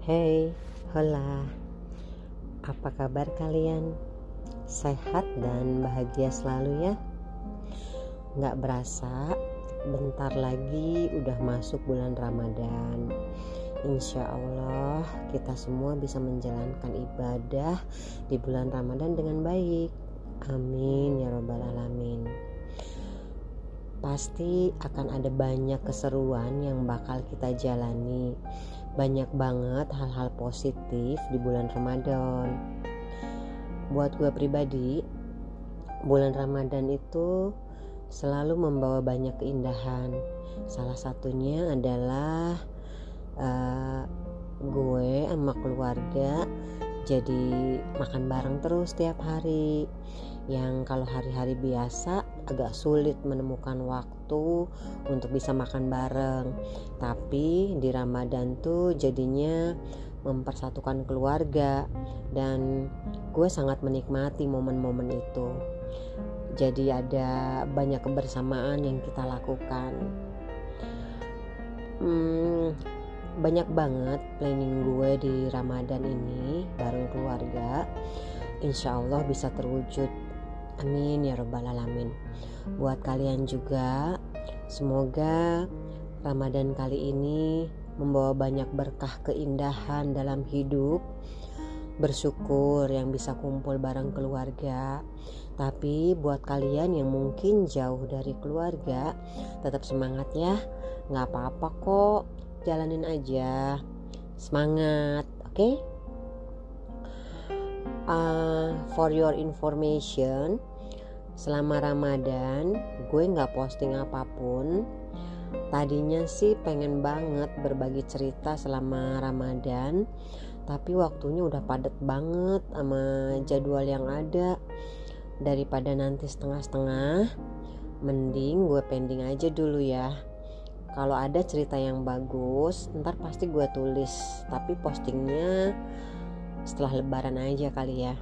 Hey, hola. Apa kabar kalian? Sehat dan bahagia selalu ya? Gak berasa, bentar lagi udah masuk bulan Ramadan. Insya Allah kita semua bisa menjalankan ibadah di bulan Ramadan dengan baik. Amin ya robbal alamin. Pasti akan ada banyak keseruan yang bakal kita jalani. Banyak banget hal-hal positif di bulan Ramadan. Buat gue pribadi, bulan Ramadan itu selalu membawa banyak keindahan. Salah satunya adalah gue sama keluarga jadi makan bareng terus tiap hari. Yang kalau hari-hari biasa agak sulit menemukan waktu untuk bisa makan bareng, tapi di Ramadan tuh jadinya mempersatukan keluarga dan gue sangat menikmati momen-momen itu. Jadi ada banyak kebersamaan yang kita lakukan. Banyak banget planning gue di Ramadan ini bareng keluarga. Insya Allah bisa terwujud. Amin ya robbal alamin. Buat kalian juga, semoga Ramadan kali ini membawa banyak berkah keindahan dalam hidup. Bersyukur yang bisa kumpul bareng keluarga. Tapi buat kalian yang mungkin jauh dari keluarga, tetap semangat ya. Gak apa-apa kok, jalanin aja. Semangat, oke? For your information, selama Ramadan gue gak posting apapun. Tadinya sih pengen banget berbagi cerita selama Ramadan, tapi waktunya udah padat banget sama jadwal yang ada. Daripada nanti setengah-setengah, mending gue pending aja dulu ya. Kalau ada cerita yang bagus, ntar pasti gue tulis, tapi postingnya setelah lebaran aja kali ya.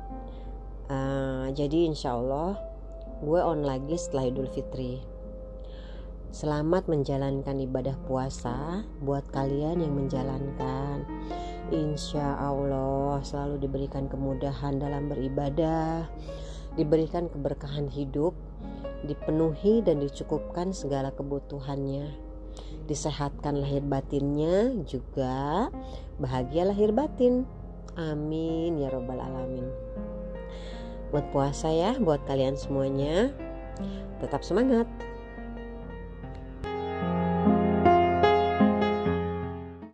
Jadi insya Allah gue on lagi setelah Idul Fitri. Selamat menjalankan ibadah puasa buat kalian yang menjalankan. Insya Allah selalu diberikan kemudahan dalam beribadah, diberikan keberkahan hidup, dipenuhi dan dicukupkan segala kebutuhannya, disehatkan lahir batinnya, juga bahagia lahir batin. Amin ya robbal alamin. Buat puasa ya, buat kalian semuanya, tetap semangat.